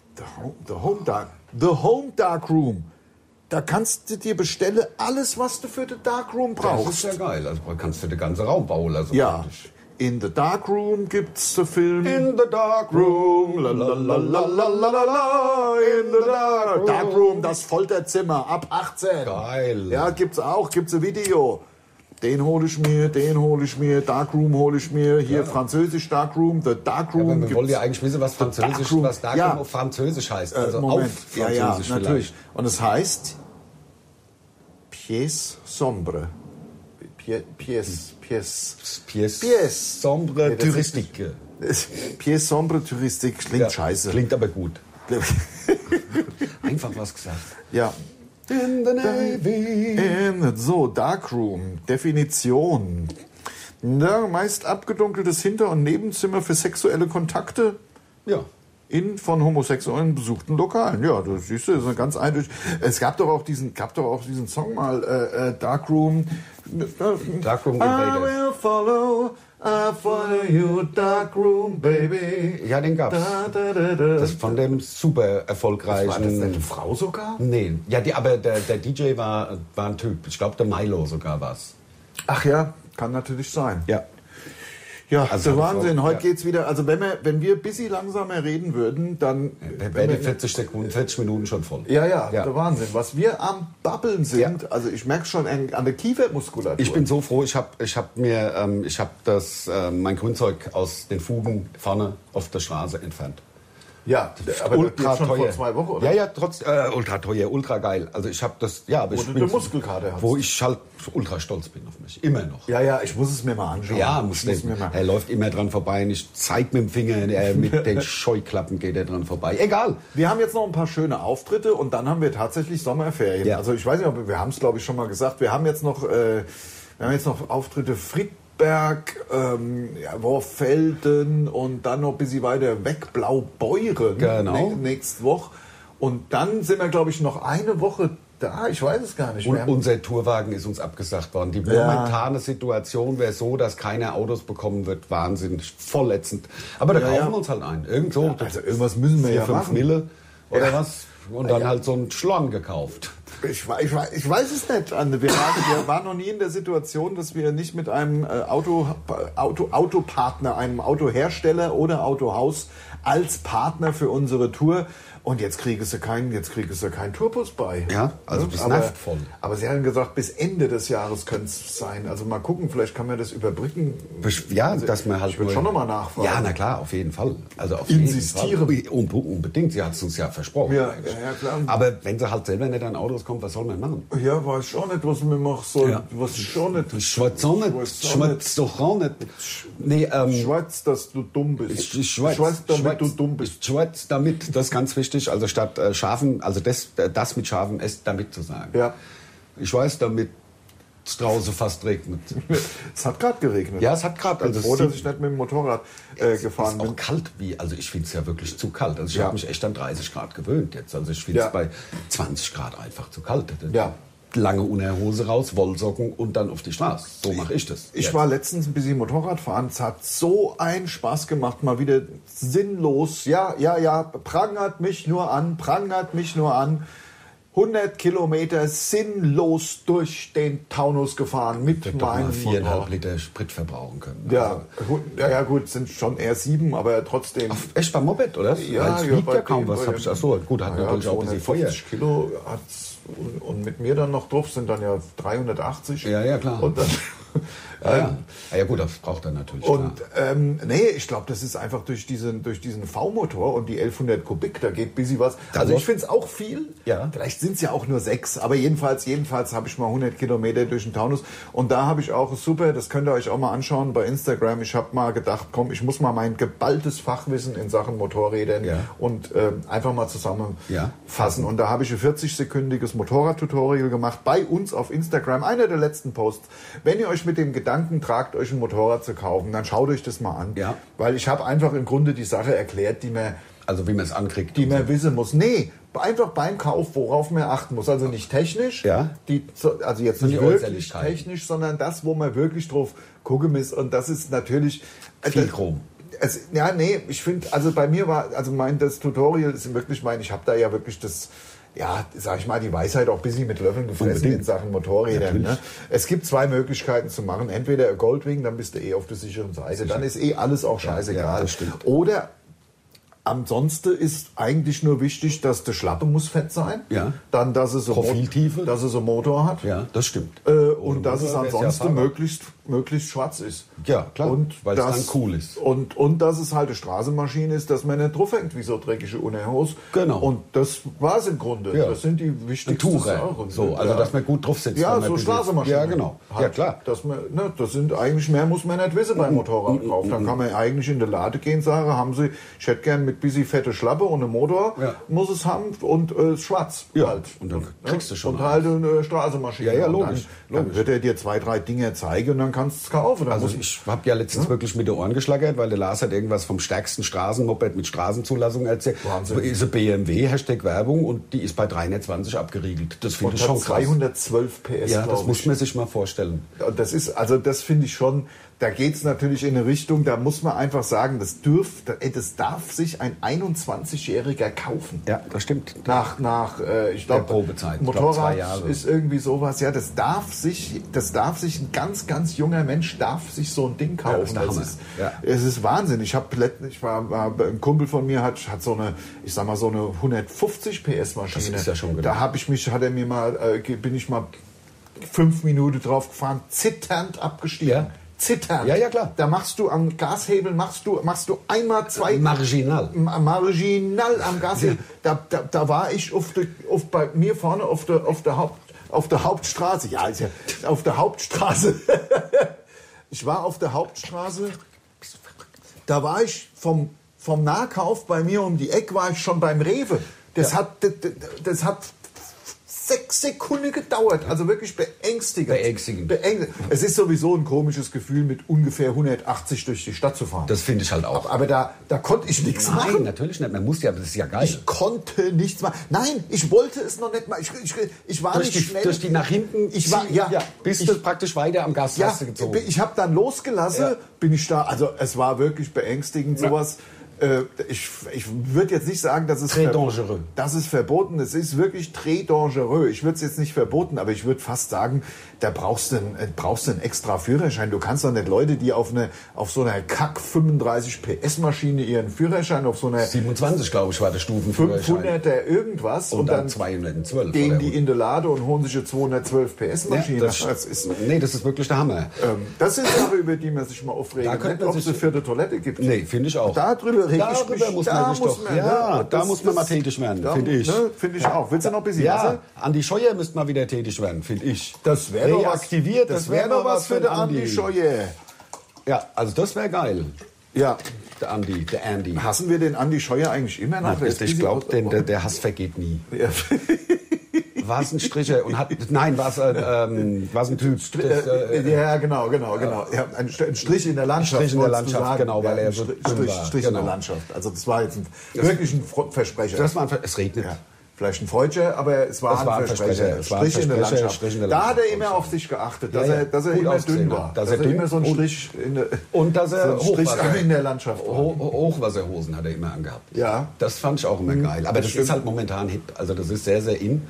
The Home Darkroom. Da kannst du dir bestellen, alles, was du für den Darkroom brauchst. Das ist ja geil. Also du kannst für den ganzen Raum bauen. Also ja. Praktisch. In the Darkroom gibt's den Film. In the Darkroom. La la la la la la la la. In the Darkroom, das Folterzimmer ab 18. Geil. Ja, gibt's ein Video. Den hole ich mir, Darkroom hole ich mir, hier Französisch Darkroom, The Darkroom. Ja, aber wir wollen ja eigentlich wissen, was Darkroom auf Französisch heißt. Also Moment. Auf Französisch natürlich. Vielleicht. Und es heißt Pièce sombre. Pièce sombre touristique. Pièce sombre touristique klingt scheiße. Klingt aber gut. Einfach was gesagt. Ja. In the Navy. So, Darkroom, Definition. Meist abgedunkeltes Hinter- und Nebenzimmer für sexuelle Kontakte. Ja. In von Homosexuellen besuchten Lokalen. Ja, das siehst du, das ist eine ganz eindeutig. Es gab doch auch diesen Song mal, Darkroom. Darkroom I will follow you, Darkroom, baby. Ja, den gab's. Das von dem super erfolgreichen. War das nicht eine Frau sogar? Nee. Ja, aber der DJ war ein Typ. Ich glaube, der Milo sogar war's. Ach ja, kann natürlich sein. Ja. Ja, also der Wahnsinn. Heute geht's wieder. Also wenn wir ein bisschen langsamer reden würden, dann wäre die 40 Minuten schon voll. Ja, der Wahnsinn. Was wir am Babbeln sind, also ich merke schon an der Kiefermuskulatur. Ich bin so froh. Ich hab mein Grünzeug aus den Fugen vorne auf der Straße entfernt. Ja, aber ultra schon vor 2 Wochen, oder? Ja, ultra teuer, ultra geil. Also ich habe das, aber ich bin Muskelkater hast. Wo ich halt ultra stolz bin auf mich, immer noch. Ja, ich muss es mir mal anschauen. Ja, er läuft immer dran vorbei und ich zeig mit dem Finger, mit den Scheuklappen geht er dran vorbei. Egal. Wir haben jetzt noch ein paar schöne Auftritte und dann haben wir tatsächlich Sommerferien. Ja. Also ich weiß nicht, wir haben es glaube ich schon mal gesagt. Wir haben jetzt noch Auftritte Friedberg, Worfelden und dann noch ein bisschen weiter weg Blaubeuren. Genau. Nächste Woche. Und dann sind wir, glaube ich, noch eine Woche da. Ich weiß es gar nicht mehr. Und unser Tourwagen ist uns abgesagt worden. Die momentane Situation wäre so, dass keiner Autos bekommen wird. Wahnsinn, voll ätzend. Aber da kaufen wir uns halt einen. Irgendwo. Ja, also irgendwas müssen wir 4, 5 Mille oder was. Und dann halt so einen Schlong gekauft. Ich weiß es nicht, Anne. Wir waren noch nie in der Situation, dass wir nicht mit einem Autopartner, einem Autohersteller oder Autohaus als Partner für unsere Tour. Und jetzt kriegen sie keinen Tourbus bei. Ja, also das nervt voll. Aber sie haben gesagt, bis Ende des Jahres könnte es sein. Also mal gucken, vielleicht kann man das überbrücken. Ja, dass man halt. Ich würde schon nochmal nachfragen. Ja, na klar, auf jeden Fall. Also auf insistieren. Jeden Fall. Unbedingt, sie hat es uns ja versprochen. Ja, klar. Aber wenn sie halt selber nicht an Autos kommt, was soll man machen? Ja, weiß schon nicht, was man machen soll. Ja. Was schon nicht. Schwatz doch auch nicht. Nee, Schwatz, dass du dumm bist. Schwatz, damit du dumm bist. Schwatz, damit, das ist ganz wichtig. Also statt Schafen, also das mit Schafen ist damit zu sagen. Ja. Ich weiß, damit es draußen fast regnet. Es hat gerade geregnet. Ja, es hat gerade. Also froh, dass ich nicht mit dem Motorrad gefahren bin. Es ist auch kalt also ich finde es ja wirklich zu kalt. Also ich habe mich echt an 30 Grad gewöhnt jetzt. Also ich finde es bei 20 Grad einfach zu kalt. Ja. lange Unterhose raus, Wollsocken und dann auf die Straße. So mache ich das. Ich war letztens ein bisschen Motorradfahren. Es hat so einen Spaß gemacht, mal wieder sinnlos. Ja, prangert mich nur an. 100 Kilometer sinnlos durch den Taunus gefahren mit meinem 4,5 Liter Sprit verbrauchen können. Ja, ja gut, sind schon eher 7, aber trotzdem. Ach, echt beim Moped, oder? Ja, es wiegt ja kaum was. Achso, gut, hat natürlich auch ein bisschen Feuer. 50 Kilo hat's, und mit mir dann noch drauf sind dann ja 380. Ja, klar. Und dann, ja gut, das braucht er natürlich. Und ich glaube, das ist einfach durch diesen V-Motor und die 1100 Kubik, da geht ein bisschen was. Also ich finde es auch viel. Ja. Vielleicht sind es ja auch nur 6, aber jedenfalls habe ich mal 100 Kilometer durch den Taunus. Und da habe ich auch super, das könnt ihr euch auch mal anschauen bei Instagram. Ich habe mal gedacht, komm, ich muss mal mein geballtes Fachwissen in Sachen Motorrädern und einfach mal zusammenfassen. Und da habe ich ein 40-sekündiges Motorrad-Tutorial gemacht bei uns auf Instagram. Einer der letzten Posts. Wenn ihr euch mit dem Gedanken tragt, euch ein Motorrad zu kaufen, dann schaut euch das mal an. Ja. Weil ich habe einfach im Grunde die Sache erklärt, wie man es ankriegt. Die man wissen muss. Nee, einfach beim Kauf, worauf man achten muss. Also nicht technisch, also jetzt nicht wirklich technisch, sondern das, wo man wirklich drauf gucken muss. Und das ist natürlich... Viel Chrom. Ich finde, also bei mir war, das Tutorial ist wirklich ich habe da ja wirklich das... Ja, sag ich mal, die Weisheit auch ein bisschen mit Löffeln gefressen in Sachen Motorrädern. Ne? Es gibt 2 Möglichkeiten zu machen. Entweder Goldwing, dann bist du auf der sicheren Seite. Sicher. Dann ist alles auch scheißegal. Das stimmt. Oder ansonsten ist eigentlich nur wichtig, dass der Schlappe muss fett sein. Ja. Dann, dass es einen Motor hat. Ja, das stimmt. Und dass es ansonsten möglichst schwarz ist. Ja, klar, weil es dann cool ist. Und dass es halt eine Straßenmaschine ist, dass man nicht drauf hängt wie so dreckige Unterhose. Genau. Und das war es im Grunde. Ja. Das sind die wichtigsten Sachen. So, also dass man gut drauf sitzt. Ja, so Straßenmaschine. Ja, genau. Halt, ja, klar. Das sind eigentlich, mehr muss man nicht wissen beim Motorradkauf. Dann kann man eigentlich in den Laden gehen und sagen, ich hätte gern mit bisschen fette Schlappe und einen Motor, muss es haben und schwarz. Ja, halt. Und dann kriegst du schon. Und halt eine Straßenmaschine. Ja, logisch. Dann wird er dir 2, 3 Dinge zeigen und dann kannst du es kaufen. Also ich habe ja letztens wirklich mit den Ohren geschlagert, weil der Lars hat irgendwas vom stärksten Straßenmoped mit Straßenzulassung erzählt. Wahnsinn. Ist eine BMW, Hashtag-Werbung, und die ist bei 320 abgeriegelt. Das finde ich schon krass. 212 PS, ja, das muss man sich mal vorstellen. Das finde ich schon... Da geht es natürlich in eine Richtung, da muss man einfach sagen, das darf sich ein 21-Jähriger kaufen. Ja, das stimmt. Ich glaube, Probezeit. Motorrad 2 Jahre. Ist irgendwie sowas. Ja, das darf sich ein ganz, ganz junger Mensch darf sich so ein Ding kaufen. Es ist Wahnsinn. Ein Kumpel von mir hat so eine, ich sag mal, so eine 150 PS Maschine. Das ist ja schon genau. Da bin ich mal 5 Minuten drauf gefahren, zitternd abgestiegen. Ja. Zittern. Ja, klar. Da machst du am Gashebel, machst du einmal 2... Marginal am Gashebel. Ja. Da war ich bei mir vorne auf der Hauptstraße. Ja, ist ja auf der Hauptstraße. Ich war auf der Hauptstraße. Da war ich vom Nahkauf bei mir um die Ecke, war ich schon beim Rewe. Das hat 6 Sekunden gedauert, also wirklich beängstigend. Es ist sowieso ein komisches Gefühl, mit ungefähr 180 durch die Stadt zu fahren. Das finde ich halt auch. Aber da konnte ich nichts machen. Nein, natürlich nicht. Man muss ja, das ist ja geil. Ich konnte nichts machen. Nein, ich wollte es noch nicht mal. Ich war nicht schnell. Durch die nach hinten bist du praktisch weiter am Gastaste gezogen. Ich habe dann losgelassen, bin ich da. Also es war wirklich beängstigend, sowas. Ich würde jetzt nicht sagen, dass es verboten ist. Es ist wirklich très dangereux. Ich würde es jetzt nicht verboten, aber ich würde fast sagen, da brauchst du einen extra Führerschein. Du kannst doch nicht Leute, die auf so einer Kack 35 PS Maschine ihren Führerschein auf so einer 27, glaube ich, war der Stufenführerschein. 500er irgendwas und dann 212. Gehen die in der Lade und holen sich eine 212 PS Maschine. Ja, das ist wirklich der Hammer. Das sind Sachen, über die man sich mal aufregen kann. Ob es eine vierte Toilette gibt. Nee, finde ich auch. Darüber muss man mal tätig werden, finde ich. Finde ich auch. Willst du noch ein bisschen Wasser? Andi Scheuer müsste mal wieder tätig werden, finde ich. Das wäre reaktiviert. Das wäre doch was für den Andi Scheuer. Ja, also das wäre geil. Ja. Der Andi. Hassen wir den Andi Scheuer eigentlich immer noch? Ich glaube, der Hass vergeht nie. Ja. War es ein Stricher und war es ein Typ? Ja, genau. Ja, ein Strich in der Landschaft. Strich in der Landschaft, genau, weil er so Strich in der Landschaft. Also das war jetzt wirklich ein Versprecher. Es regnet. Ja. vielleicht ein Freudscher, aber es war ein Versprecher. Strich in der Landschaft. Da hat er immer auf sich geachtet, dass er immer dünn war. Dass er immer so einen Strich und dass er in der Landschaft war. Hochwasserhosen hat er immer angehabt. Ja. Das fand ich auch immer geil. Aber das ist halt momentan hip. Also das ist sehr, sehr in.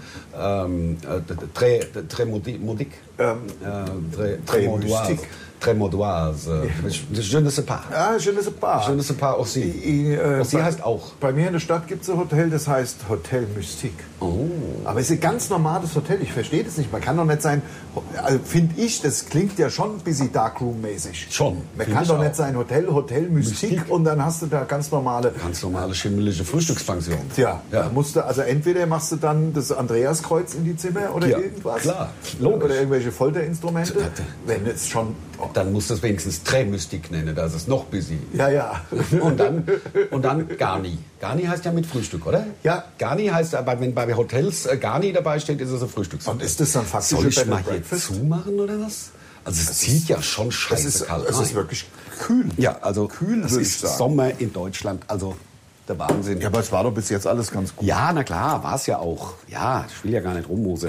Très modique. Très mystique. Très modoise. Je ne sais pas. Ah, je ne sais pas. Je ne sais pas aussi. Aussi heißt auch. Bei mir in der Stadt gibt es ein Hotel, das heißt Hotel Mystique. Oh. Aber es ist ein ganz normales Hotel. Ich verstehe das nicht. Man kann doch nicht sein, also finde ich, das klingt ja schon ein bisschen Darkroom-mäßig. Schon. Man kann doch nicht sein Hotel Mystique und dann hast du da ganz normale schimmelige Frühstückspension. Ja. Da musst du, also entweder machst du dann das Andreaskreuz in die Zimmer oder irgendwas. Klar, logisch. Oder irgendwelche Folterinstrumente. Wenn es schon... Dann musst du es wenigstens Très Mystique nennen, das ist noch busy. Ja. Und dann Garni. Garni heißt ja mit Frühstück, oder? Ja. Garni heißt, wenn bei Hotels Garni dabei steht, ist es ein Frühstück. Und ist das dann faktisch Soll ich mal hier zumachen oder was? Also es zieht ja schon scheiße kalt. Es ist wirklich kühl. Ja, also kühl, es ist Sommer in Deutschland, also der Wahnsinn. Ja, aber es war doch bis jetzt alles ganz gut. Ja, na klar, war es ja auch. Ja, ich will ja gar nicht rummoseln.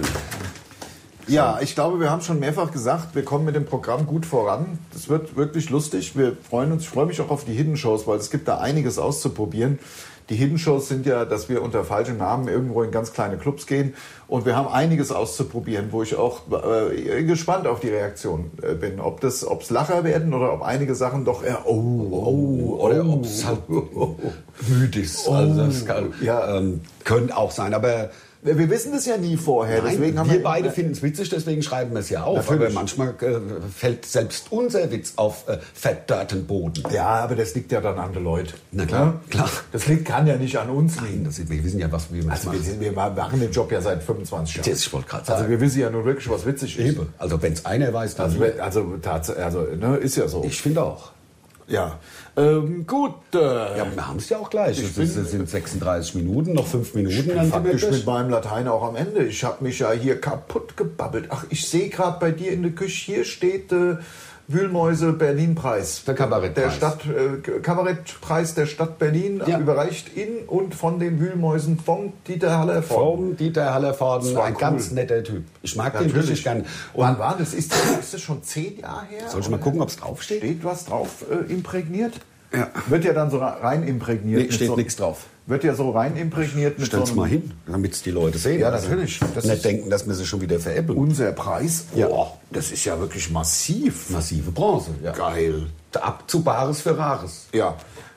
Ja, ich glaube, wir haben schon mehrfach gesagt, wir kommen mit dem Programm gut voran. Das wird wirklich lustig. Ich freue mich auch auf die Hidden Shows, weil es gibt da einiges auszuprobieren. Die Hidden Shows sind ja, dass wir unter falschem Namen irgendwo in ganz kleine Clubs gehen. Und wir haben einiges auszuprobieren, wo ich auch gespannt auf die Reaktion bin. Ob es Lacher werden oder ob einige Sachen doch eher oder ob es halt müde ist. Also das könnte auch sein, aber... Wir wissen das ja nie vorher. Nein, deswegen wir beide finden es witzig, deswegen schreiben wir es ja auf. Natürlich. Aber manchmal fällt selbst unser Witz auf verdörrten Boden. Ja, aber das liegt ja dann an den Leuten. Na klar, klar. Das kann ja nicht an uns liegen. Nein, wir wissen ja, was wir machen. Wir machen den Job ja seit 25 Jahren. Ich wollte gerade sagen. Also wir wissen ja nur wirklich, was witzig ist. Eben. Also wenn es einer weiß, dann... ist ja so. Ich finde auch. Ja, gut. Ja, wir haben es ja auch gleich. Es sind 36 Minuten, noch 5 Minuten. Dann faktisch mit meinem Latein auch am Ende. Ich habe mich ja hier kaputt gebabbelt. Ach, ich sehe gerade bei dir in der Küche, hier steht Wühlmäuse Berlin-Preis. Der Kabarettpreis. Kabarettpreis der Stadt Berlin, überreicht in und von den Wühlmäusen vom Dieter Hallervorden. Ein ganz netter Typ. Ich mag den richtig gern. Wann war das? Ist das schon 10 Jahre her? Soll ich mal gucken, ob es draufsteht? Steht was drauf imprägniert? Ja. Wird ja dann so rein imprägniert. Nee, steht nichts drauf. Wird ja so rein imprägniert. Stell's mal hin, damit es die Leute sehen. Ja, natürlich. Nicht denken, dass wir sie schon wieder veräppeln. Unser Preis? Ja. Das ist ja wirklich massiv. Massive Bronze. Ja. Geil. Abzubares für Rares. Ja.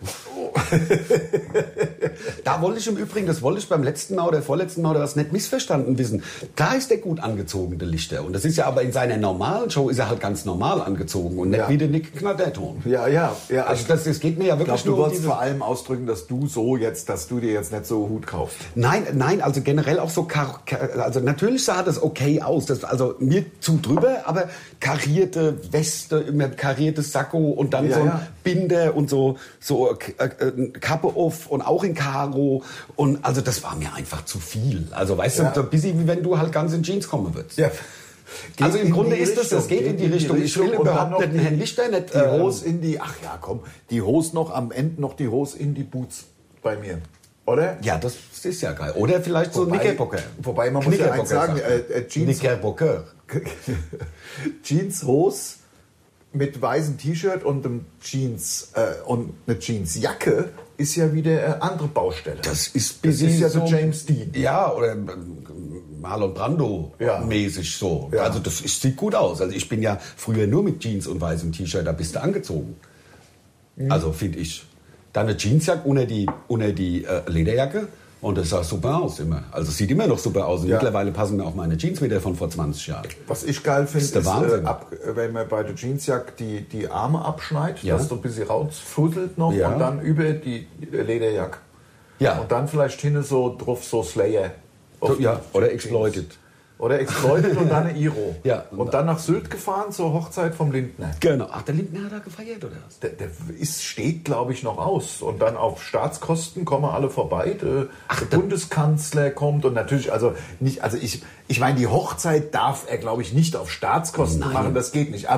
Da wollte ich im Übrigen, das wollte ich beim letzten Mal oder vorletzten Mal oder was nicht missverstanden wissen. Klar ist der gut angezogen, der Lichter. Und das ist ja aber in seiner normalen Show ist er halt ganz normal angezogen und nicht wie der Nick Knatterton. Ja. Also das geht mir ja wirklich nur um du wolltest vor allem ausdrücken, dass du dir jetzt nicht so Hut kaufst. Nein, also generell auch so, also natürlich sah das okay aus. Also mir zu drüber, aber karierte Weste, immer kariertes Sakko und dann so ein Binder und so Kappe auf und auch in Karo. Und also das war mir einfach zu viel. Also weißt du, so ein bisschen wie wenn du halt ganz in Jeans kommen würdest. Ja. Also im Grunde ist das geht in die Richtung. Ich will überhaupt nicht den Herrn Lichter nicht... Die Hose in die... Ach ja, komm. Die Hose noch, am Ende noch die Hose in die Boots bei mir. Oder? Ja, das ist ja geil. Oder vielleicht so Knickerbocker. Wobei man muss ja eins sagen, Jeans... Knickerbocker. Jeanshose mit weißem T-Shirt und einem Jeans und eine Jeansjacke ist ja wieder eine andere Baustelle. Das ist ja so James Dean. Ja, oder Marlon Brando mäßig so. Ja. Also das sieht gut aus. Also ich bin ja früher nur mit Jeans und weißem T-Shirt, da bist du angezogen. Also finde ich. Dann eine Jeansjacke unter die Lederjacke. Und das sah super aus immer. Also es sieht immer noch super aus. Und mittlerweile passen mir auch meine Jeans wieder von vor 20 Jahren. Was ich geil finde, ist wenn man bei der Jeansjacke die Arme abschneidet, dass so ein bisschen rausfuselt noch und dann über die Lederjacke. Ja. Und dann vielleicht hinten so drauf so Slayer. Oder Exploited. Oder Exploited und dann eine Iro. Ja. Und dann nach Sylt gefahren zur Hochzeit vom Lindner. Genau. Ach, der Lindner hat da gefeiert, oder was? Der steht, glaube ich, noch aus. Und dann auf Staatskosten kommen alle vorbei. Der Bundeskanzler kommt und natürlich, ich meine, die Hochzeit darf er, glaube ich, nicht auf Staatskosten machen. Das geht nicht. Aber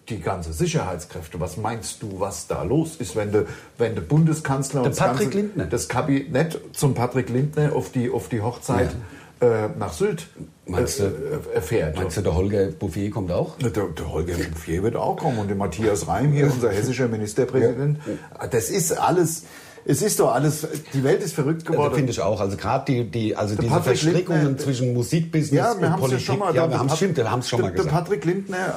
die ganze Sicherheitskräfte. Was meinst du, was da los ist, wenn der Bundeskanzler und das Kabinett zum Patrick Lindner auf die Hochzeit nach Sylt fährt? Meinst du, der Holger Bouffier kommt auch? Der Holger Bouffier wird auch kommen und der Matthias Reim hier, unser hessischer Ministerpräsident. Ja. Das ist alles... Es ist doch alles, die Welt ist verrückt geworden. Finde ich auch. Also gerade diese Verstrickungen zwischen Musikbusiness und Politik. Wir haben es schon mal gesagt. Der Patrick Lindner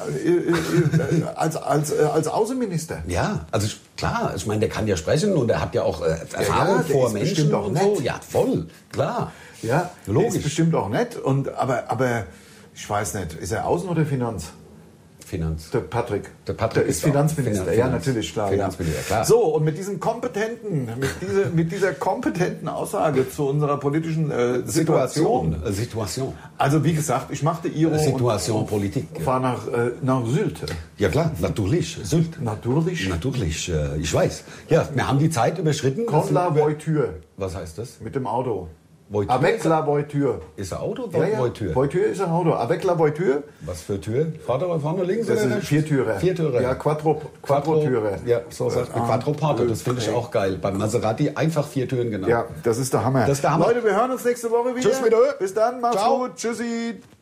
als Außenminister. Ja, also klar. Ich meine, der kann ja sprechen und er hat ja auch Erfahrung vor Menschen auch und nett. so. Ja, voll, klar. Ja, logisch. Ist bestimmt auch nett. Aber ich weiß nicht, ist er Außen- oder Finanz? Der Patrick der ist Finanzminister. Ja, natürlich, klar. Finanzminister, klar. So, und mit dieser kompetenten Aussage zu unserer politischen Situation. Also, wie gesagt, ich machte Iro Situation Politik. Fahre nach Sylt. Ja, klar, natürlich. Sylt. Natürlich, ich weiß. Ja, wir haben die Zeit überschritten. Comme la voiture. Was heißt das? Mit dem Auto. Voiture? Avec la voiture. Ist ein Auto oder Voiture? Voiture ist ein Auto. Avec la voiture. Was für Tür? Vorne links das oder rechts? Viertürer. Ja, Quattro-Türe. Ja, so sagt man. Quattroporte, das finde ich auch geil. Beim Maserati einfach 4 Türen genannt. Ja, das ist der Hammer. Das ist der Hammer. Leute, wir hören uns nächste Woche wieder. Tschüss wieder. Bis dann, macht's gut. Tschüssi.